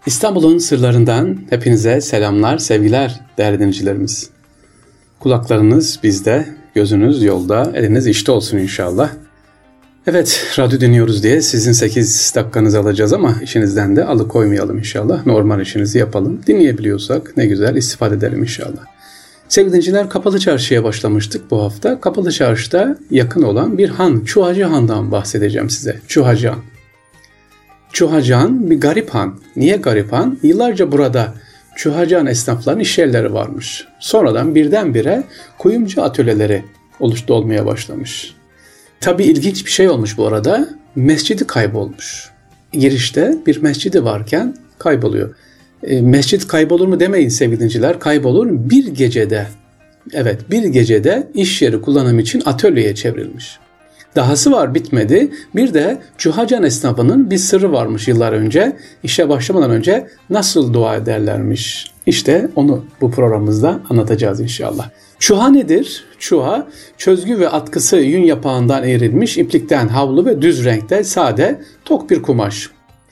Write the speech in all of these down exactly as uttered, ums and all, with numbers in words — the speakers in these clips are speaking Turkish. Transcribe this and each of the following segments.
İstanbul'un sırlarından hepinize selamlar, sevgiler değerli dinleyicilerimiz. Kulaklarınız bizde, gözünüz yolda, eliniz işte olsun inşallah. Evet, radyo dinliyoruz diye sizin sekiz dakikanızı alacağız ama işinizden de alıkoymayalım inşallah. Normal işinizi yapalım. Dinleyebiliyorsak ne güzel istifade edelim inşallah. Sevgili dinleyiciler, Kapalı Çarşı'ya başlamıştık bu hafta. Kapalı Çarşı'da yakın olan bir han, Çuhacı Han'dan bahsedeceğim size. Çuhacı Han. Çuhacı Han bir garip han. Niye garip han? Yıllarca burada Çuhacı Han esnafların iş yerleri varmış. Sonradan birdenbire kuyumcu atölyeleri oluştu olmaya başlamış. Tabii ilginç bir şey olmuş bu arada. Mescidi kaybolmuş. Girişte bir mescidi varken kayboluyor. E, mescit kaybolur mu demeyin sevgili dinleyiciler. Kaybolur bir gecede. Evet, bir gecede iş yeri kullanım için atölyeye çevrilmiş. Dahası var, bitmedi. Bir de Çuhacı Han esnafının bir sırrı varmış yıllar önce. İşe başlamadan önce nasıl dua ederlermiş. İşte onu bu programımızda anlatacağız inşallah. Çuha nedir? Çuha, çözgü ve atkısı yün yapağından eğrilmiş, iplikten havlu ve düz renkte sade, tok bir kumaş.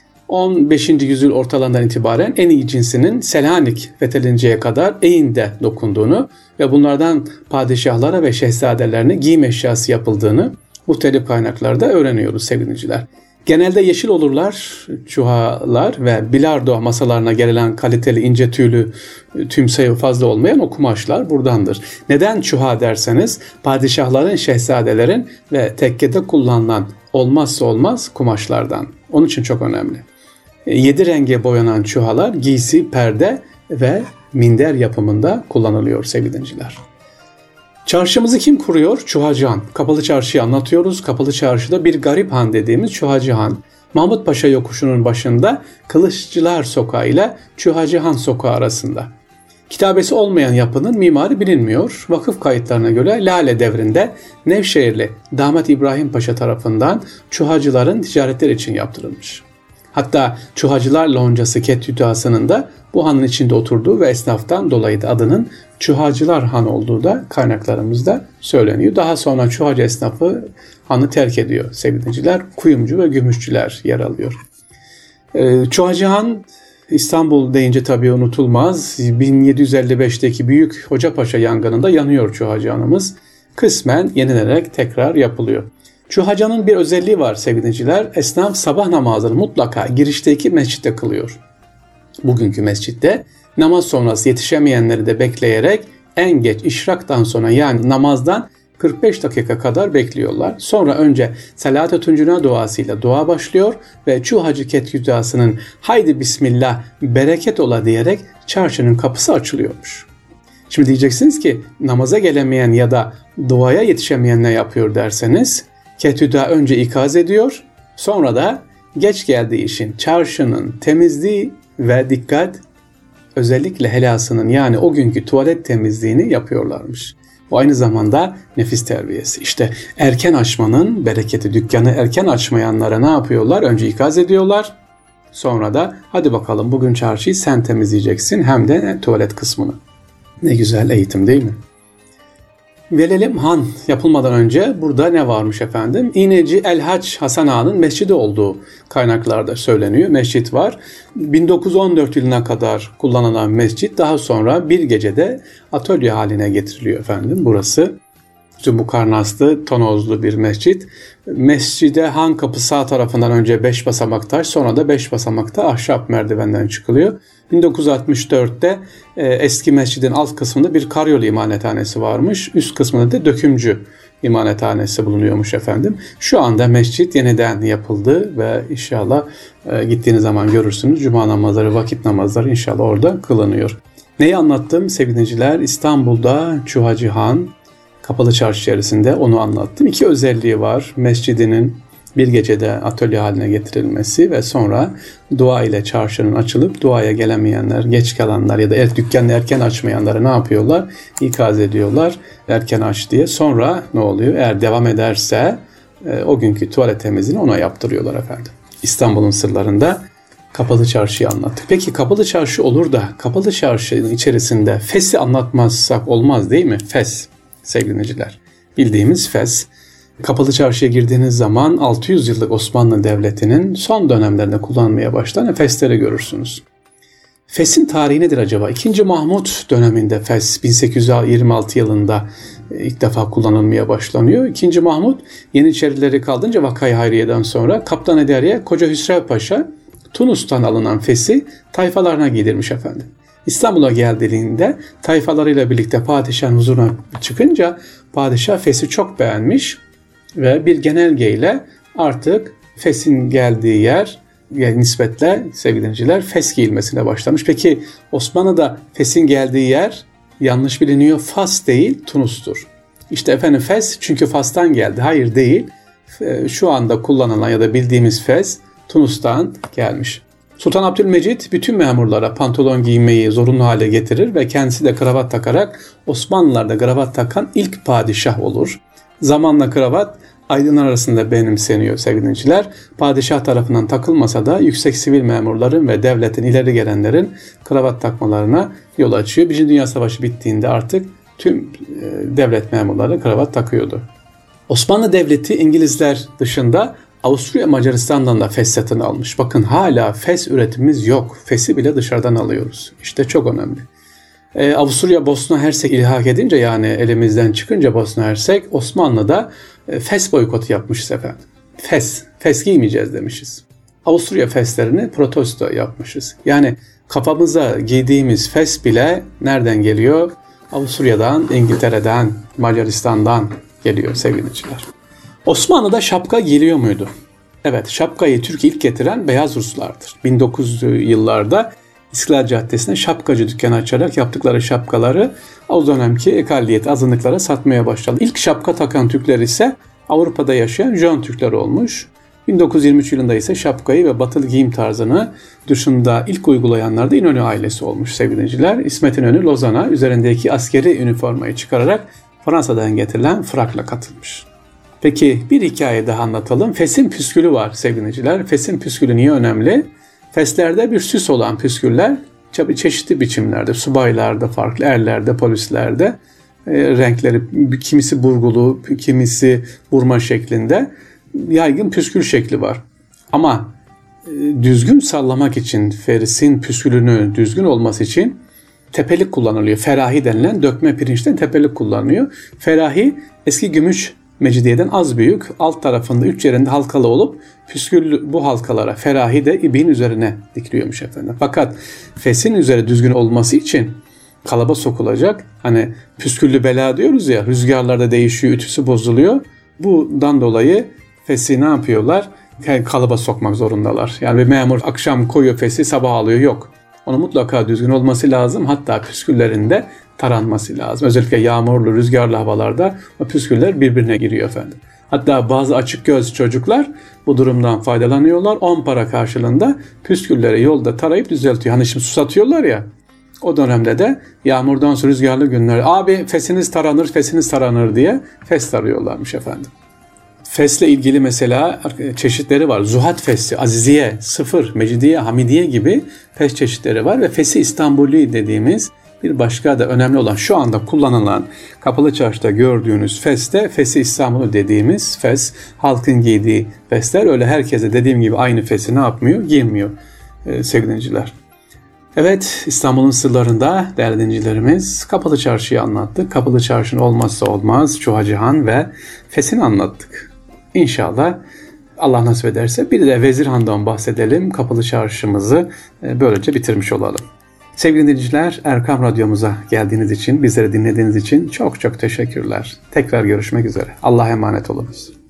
on beşinci yüzyıl ortalarından itibaren en iyi cinsinin Selanik fethedinceye kadar Eyn'de dokunduğunu ve bunlardan padişahlara ve şehzadelerine giyim eşyası yapıldığını muhtelif kaynaklarda öğreniyoruz sevgili dinleyiciler. Genelde yeşil olurlar, çuhalar ve bilardo masalarına gelen kaliteli ince tüylü, tüm sayı fazla olmayan o kumaşlar buradandır. Neden çuha derseniz padişahların, şehzadelerin ve tekkede kullanılan olmazsa olmaz kumaşlardan. Onun için çok önemli. Yedi renge boyanan çuhalar giysi, perde ve minder yapımında kullanılıyor sevgili dinleyiciler. Çarşımızı kim kuruyor? Çuhacı Han. Kapalı Çarşı'yı anlatıyoruz. Kapalı Çarşı'da bir garip han dediğimiz Çuhacı Han. Mahmut Paşa yokuşunun başında Kılıççılar Sokağı ile Çuhacı Han Sokağı arasında. Kitabesi olmayan yapının mimarı bilinmiyor. Vakıf kayıtlarına göre Lale devrinde Nevşehirli Damat İbrahim Paşa tarafından Çuhacıların ticaretler için yaptırılmış. Hatta Çuhacılar Loncası Ketütası'nın da bu hanın içinde oturduğu ve esnaftan dolayı da adının Çuhacılar Han olduğu da kaynaklarımızda söyleniyor. Daha sonra Çuhacı esnafı hanı terk ediyor sevgili dinleyiciler. Kuyumcu ve gümüşçüler yer alıyor. Ee, Çuhacı Han İstanbul deyince tabii unutulmaz. bin yedi yüz elli beşteki Büyük Hocapaşa yangınında yanıyor Çuhacı Han'ımız. Kısmen yenilenerek tekrar yapılıyor. Çuhacı Han'ın bir özelliği var sevgili dinleyiciler. Esnaf sabah namazını mutlaka girişteki mescitte kılıyor. Bugünkü mescitte namaz sonrası yetişemeyenleri de bekleyerek en geç işraktan sonra yani namazdan kırk beş dakika kadar bekliyorlar. Sonra önce Salat-ı Tuncuna duasıyla dua başlıyor ve Çuhacı Ketütası'nın haydi bismillah bereket ola diyerek çarşının kapısı açılıyormuş. Şimdi diyeceksiniz ki namaza gelemeyen ya da duaya yetişemeyen ne yapıyor derseniz Ketüta önce ikaz ediyor, sonra da geç geldiği için çarşının temizliği ve dikkat özellikle helasının yani o günkü tuvalet temizliğini yapıyorlarmış. Bu aynı zamanda nefis terbiyesi. İşte erken açmanın bereketi, dükkanı erken açmayanlara ne yapıyorlar? Önce ikaz ediyorlar, sonra da hadi bakalım bugün çarşıyı sen temizleyeceksin hem de tuvalet kısmını. Ne güzel eğitim değil mi? Gelelim han yapılmadan önce burada ne varmış efendim? İğneci El-Hac Hasan Ağa'nın mescidi olduğu kaynaklarda söyleniyor. Mescit var. bin dokuz yüz on dört yılına kadar kullanılan mescit daha sonra bir gecede atölye haline getiriliyor efendim burası. İşte bu karnaslı, tonozlu bir mescit. Mescide han kapı sağ tarafından önce beş basamak taş, sonra da beş basamakta ahşap merdivenden çıkılıyor. bin dokuz yüz altmış dörtte e, eski mescidin alt kısmında bir karyolu imamethanesi varmış. Üst kısmında da dökümcü imamethanesi bulunuyormuş efendim. Şu anda mescit yeniden yapıldı ve inşallah e, gittiğiniz zaman görürsünüz. Cuma namazları, vakit namazları inşallah orada kılınıyor. Neyi anlattım sevgili dinleyiciler? İstanbul'da Çuhacı Han, Kapalı Çarşı içerisinde onu anlattım. İki özelliği var. Mescidinin bir gecede atölye haline getirilmesi ve sonra dua ile çarşının açılıp duaya gelemeyenler, geç kalanlar ya da el dükkanını erken açmayanları ne yapıyorlar? İkaz ediyorlar erken aç diye. Sonra ne oluyor? Eğer devam ederse e, o günkü tuvalet temizliğini ona yaptırıyorlar efendim. İstanbul'un sırlarında Kapalı Çarşı'yı anlattık. Peki Kapalı Çarşı olur da Kapalı Çarşı'nın içerisinde Fes'i anlatmazsak olmaz değil mi? Fes sevgili dinleyiciler. Bildiğimiz Fes. Kapalı Çarşı'ya girdiğiniz zaman altı yüz yıllık Osmanlı Devleti'nin son dönemlerinde kullanmaya başlanan Fesleri görürsünüz. Fes'in tarihi nedir acaba? İkinci Mahmut döneminde Fes bin sekiz yüz yirmi altı yılında ilk defa kullanılmaya başlanıyor. İkinci Mahmut Yeniçerileri kaldırınca Vakayı Hayriye'den sonra Kaptan Ederiye Koca Hüsrev Paşa Tunus'tan alınan Fes'i tayfalarına giydirmiş efendim. İstanbul'a geldiğinde tayfalarıyla birlikte padişahın huzuruna çıkınca padişah Fes'i çok beğenmiş ve bir genelgeyle artık Fes'in geldiği yer yani nispetle sevgili dinleyiciler Fes giyilmesine başlamış. Peki Osmanlı'da Fes'in geldiği yer yanlış biliniyor. Fas değil Tunus'tur. İşte efendim Fes çünkü Fas'tan geldi. Hayır değil. Şu anda kullanılan ya da bildiğimiz Fes Tunus'tan gelmiş. Sultan Abdülmecit bütün memurlara pantolon giymeyi zorunlu hale getirir ve kendisi de kravat takarak Osmanlılar'da kravat takan ilk padişah olur. Zamanla kravat aydınlar arasında benimseniyor sevgili dinleyiciler. Padişah tarafından takılmasa da yüksek sivil memurların ve devletin ileri gelenlerin kravat takmalarına yol açıyor. Birinci Dünya Savaşı bittiğinde artık tüm devlet memurları kravat takıyordu. Osmanlı Devleti İngilizler dışında Avusturya Macaristan'dan da Fes satın almış. Bakın hala Fes üretimimiz yok. Fes'i bile dışarıdan alıyoruz. İşte çok önemli. Ee, Avusturya Bosna Hersek ilhak edince yani elimizden çıkınca Bosna Hersek Osmanlı'da e, Fes boykotu yapmışız efendim. Fes, Fes giymeyeceğiz demişiz. Avusturya Feslerini protesto yapmışız. Yani kafamıza giydiğimiz Fes bile nereden geliyor? Avusturya'dan, İngiltere'den, Macaristan'dan geliyor sevgili dinleyiciler. Osmanlı'da şapka giyiliyor muydu? Evet, şapkayı Türkiye ilk getiren Beyaz Ruslardır. bin dokuz yüzlü yıllarda İstiklal Caddesi'ne şapkacı dükkanı açarak yaptıkları şapkaları o dönemki ekalliyet azınlıklara satmaya başladı. İlk şapka takan Türkler ise Avrupa'da yaşayan Jön Türkler olmuş. bin dokuz yüz yirmi üç yılında ise şapkayı ve batılı giyim tarzını dışında ilk uygulayanlar da İnönü ailesi olmuş sevgili dinleyiciler. İsmet İnönü Lozan'a üzerindeki askeri üniformayı çıkararak Fransa'dan getirilen frakla katılmış. Peki bir hikaye daha anlatalım. Fes'in püskülü var sevgili dinleyiciler. Fes'in püskülü niye önemli? Feslerde bir süs olan püsküller çeşitli biçimlerde, subaylarda farklı, erlerde, polislerde e, renkleri kimisi burgulu, kimisi burma şeklinde yaygın püskül şekli var. Ama e, düzgün sallamak için Fes'in püskülünü düzgün olması için tepelik kullanılıyor. Ferahi denilen dökme pirinçten tepelik kullanılıyor. Ferahi eski gümüş mecidiyeden az büyük, alt tarafında üç yerinde halkalı olup püskül bu halkalara ferahi de ibiğin üzerine dikiliyormuş efendim. Fakat Fes'in üzeri düzgün olması için kalaba sokulacak. Hani püsküllü bela diyoruz ya, rüzgarlarda değişiyor, ütüsü bozuluyor. Bundan dolayı Fes'i ne yapıyorlar? Kalıba sokmak zorundalar. Yani bir memur akşam koyuyor Fes'i, sabah alıyor. Yok. Onun mutlaka düzgün olması lazım. Hatta püsküllerinde taranması lazım. Özellikle yağmurlu, rüzgarlı havalarda o püsküller birbirine giriyor efendim. Hatta bazı açık göz çocuklar bu durumdan faydalanıyorlar. on para karşılığında püskülleri yolda tarayıp düzeltiyor. Hani şimdi susatıyorlar ya. O dönemde de yağmurdan sonra rüzgarlı günler abi fesiniz taranır, fesiniz taranır diye fes tarıyorlarmış efendim. Fes'le ilgili mesela çeşitleri var. Zuhat Fes'i, Aziziye, Sıfır, Mecidiye, Hamidiye gibi fes çeşitleri var ve Fes'i İstanbuli dediğimiz bir başka da önemli olan şu anda kullanılan Kapalı Çarşı'da gördüğünüz Fes'te Fes'i İstanbuli dediğimiz fes, halkın giydiği fesler öyle herkese dediğim gibi aynı fesi ne yapmıyor? Giymiyor ee, sevgili dinleyiciler. Evet, İstanbul'un sırlarında değerli dinleyicilerimiz Kapalı Çarşı'yı anlattık. Kapalı Çarşı'nın olmazsa olmaz Çuhacıhan ve Fes'ini anlattık. İnşallah Allah nasip ederse bir de Vezirhan'dan bahsedelim. Kapalı Çarşımızı böylece bitirmiş olalım. Sevgili dinleyiciler, Erkam Radyomuza geldiğiniz için, bizleri dinlediğiniz için çok çok teşekkürler. Tekrar görüşmek üzere. Allah'a emanet olunuz.